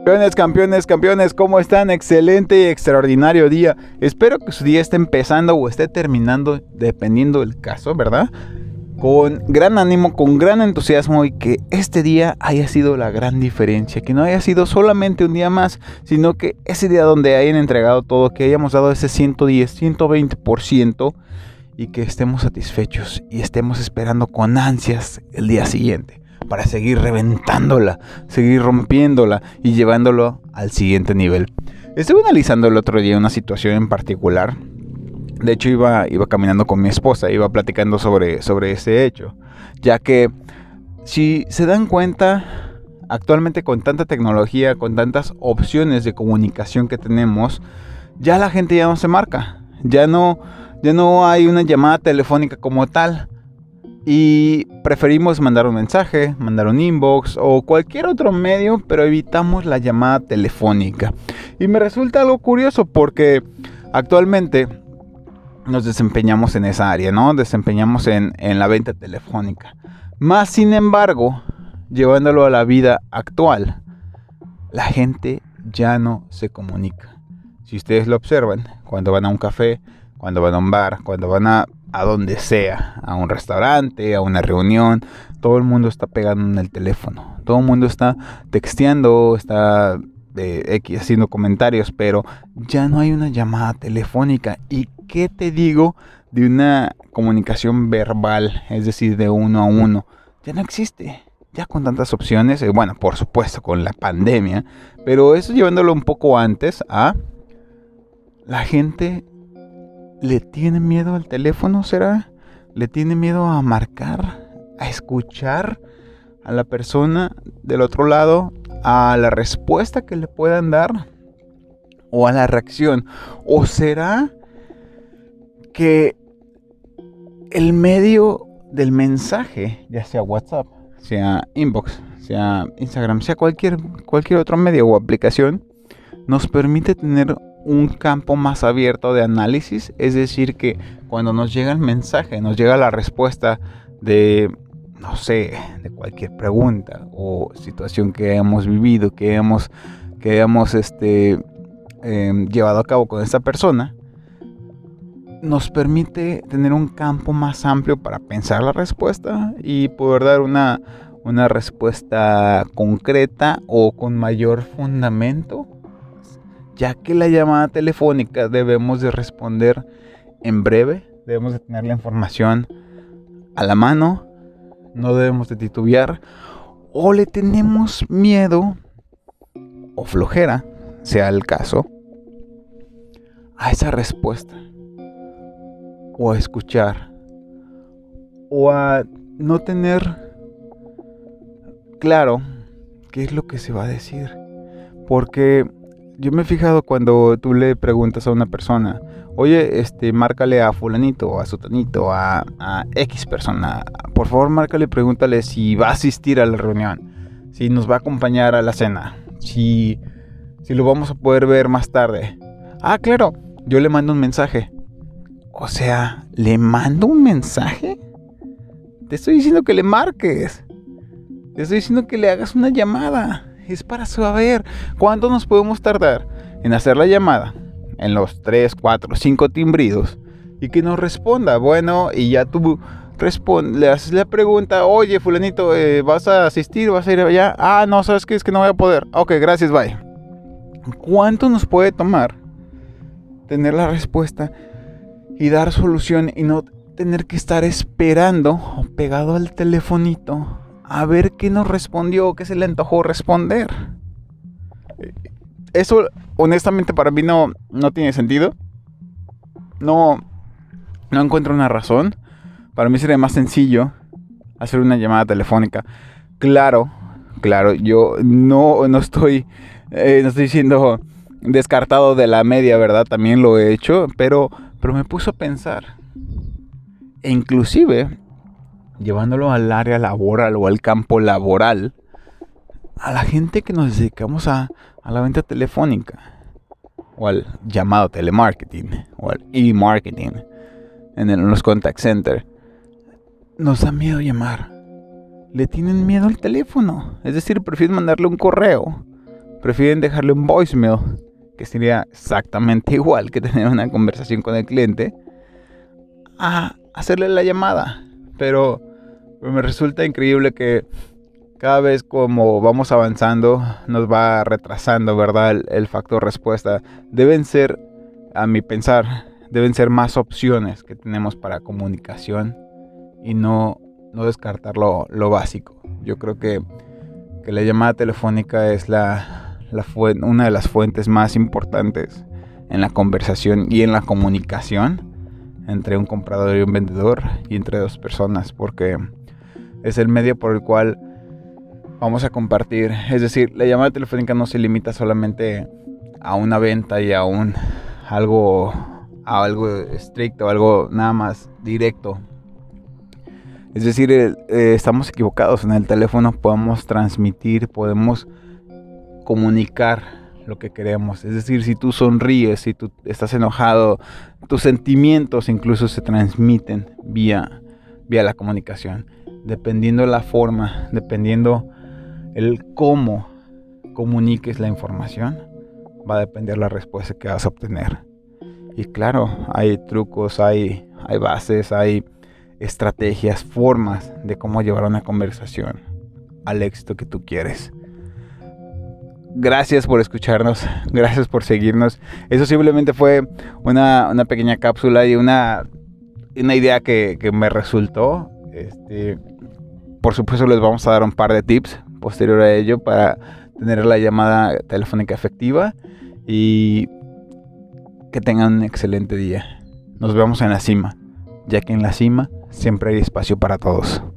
Campeones, campeones, campeones, ¿cómo están? Excelente y extraordinario día. Espero que su día esté empezando o esté terminando, dependiendo del caso, ¿verdad? Con gran ánimo, con gran entusiasmo, y que este día haya sido la gran diferencia. Que no haya sido solamente un día más, sino que ese día donde hayan entregado todo, que hayamos dado ese 110, 120%, y que estemos satisfechos y estemos esperando con ansias el día siguiente para seguir reventándola, seguir rompiéndola y llevándolo al siguiente nivel. Estuve analizando el otro día una situación en particular. De hecho, iba caminando con mi esposa, iba platicando sobre ese hecho, ya que si se dan cuenta, actualmente con tanta tecnología, con tantas opciones de comunicación que tenemos, ya la gente ya no se marca, ya no hay una llamada telefónica como tal. Y preferimos mandar un mensaje, mandar un inbox o cualquier otro medio, pero evitamos la llamada telefónica. Y me resulta algo curioso porque actualmente nos desempeñamos en esa área, ¿no? Desempeñamos en la venta telefónica. Más sin embargo, llevándolo a la vida actual, la gente ya no se comunica. Si ustedes lo observan, cuando van a un café, cuando van a un bar, cuando van a donde sea, a un restaurante, a una reunión, todo el mundo está pegando en el teléfono, todo el mundo está texteando, está haciendo comentarios, pero ya no hay una llamada telefónica. ¿Y qué te digo de una comunicación verbal, es decir, de uno a uno? Ya no existe, ya con tantas opciones, bueno, por supuesto con la pandemia, pero eso llevándolo un poco antes a la gente. ¿Le tiene miedo al teléfono, será? ¿Le tiene miedo a marcar, a escuchar a la persona del otro lado, a la respuesta que le puedan dar o a la reacción? ¿O será que el medio del mensaje, ya sea WhatsApp, sea inbox, sea Instagram, sea cualquier otro medio o aplicación, nos permite tener un campo más abierto de análisis? Es decir, que cuando nos llega el mensaje, nos llega la respuesta de, no sé, de cualquier pregunta o situación que hemos vivido, que hemos llevado a cabo con esta persona, nos permite tener un campo más amplio para pensar la respuesta y poder dar una respuesta concreta o con mayor fundamento. Ya que la llamada telefónica debemos de responder en breve, debemos de tener la información a la mano, no debemos de titubear, o le tenemos miedo o flojera, sea el caso, a esa respuesta, o a escuchar, o a no tener claro qué es lo que se va a decir. Porque yo me he fijado cuando tú le preguntas a una persona, oye, márcale a fulanito, o a sutanito, a X persona, por favor márcale y pregúntale si va a asistir a la reunión, si nos va a acompañar a la cena, si lo vamos a poder ver más tarde. Ah, claro, yo le mando un mensaje. O sea, ¿le mando un mensaje? Te estoy diciendo que le marques, te estoy diciendo que le hagas una llamada. Es para saber cuánto nos podemos tardar en hacer la llamada, en los 3, 4, 5 timbridos, y que nos responda. Bueno, y ya tú le haces la pregunta, oye, fulanito, ¿vas a asistir? ¿Vas a ir allá? Ah, no, ¿sabes qué? Es que no voy a poder. Ok, gracias, bye. ¿Cuánto nos puede tomar tener la respuesta y dar solución y no tener que estar esperando o pegado al telefonito a ver qué nos respondió o qué se le antojó responder? Eso, honestamente, para mí no tiene sentido. No encuentro una razón. Para mí sería más sencillo hacer una llamada telefónica. Claro, yo no estoy siendo descartado de la media, ¿verdad? También lo he hecho, pero me puso a pensar. E inclusive, llevándolo al área laboral o al campo laboral, a la gente que nos dedicamos a la venta telefónica o al llamado telemarketing o al e-marketing en los contact center, nos da miedo llamar. Le tienen miedo al teléfono. Es decir, prefieren mandarle un correo prefieren dejarle un voicemail, que sería exactamente igual que tener una conversación con el cliente, a hacerle la llamada. Pero me resulta increíble que cada vez como vamos avanzando nos va retrasando, ¿verdad? El factor respuesta. Deben ser, a mi pensar, deben ser más opciones que tenemos para comunicación y no descartar lo básico. Yo creo que la llamada telefónica es una de las fuentes más importantes en la conversación y en la comunicación entre un comprador y un vendedor y entre dos personas, porque es el medio por el cual vamos a compartir. Es decir, la llamada telefónica no se limita solamente a una venta y a algo estricto, algo nada más directo. Es decir, estamos equivocados. En el teléfono podemos transmitir, podemos comunicar lo que queremos. Es decir, si tú sonríes, si tú estás enojado, tus sentimientos incluso se transmiten vía la comunicación. Dependiendo la forma, dependiendo el cómo comuniques la información, va a depender la respuesta que vas a obtener. Y claro, hay trucos, hay bases, hay estrategias, formas de cómo llevar una conversación al éxito que tú quieres. Gracias por escucharnos, gracias por seguirnos. Eso simplemente fue una pequeña cápsula y una idea que me resultó. Por supuesto les vamos a dar un par de tips posterior a ello para tener la llamada telefónica efectiva y que tengan un excelente día. Nos vemos en la cima, ya que en la cima siempre hay espacio para todos.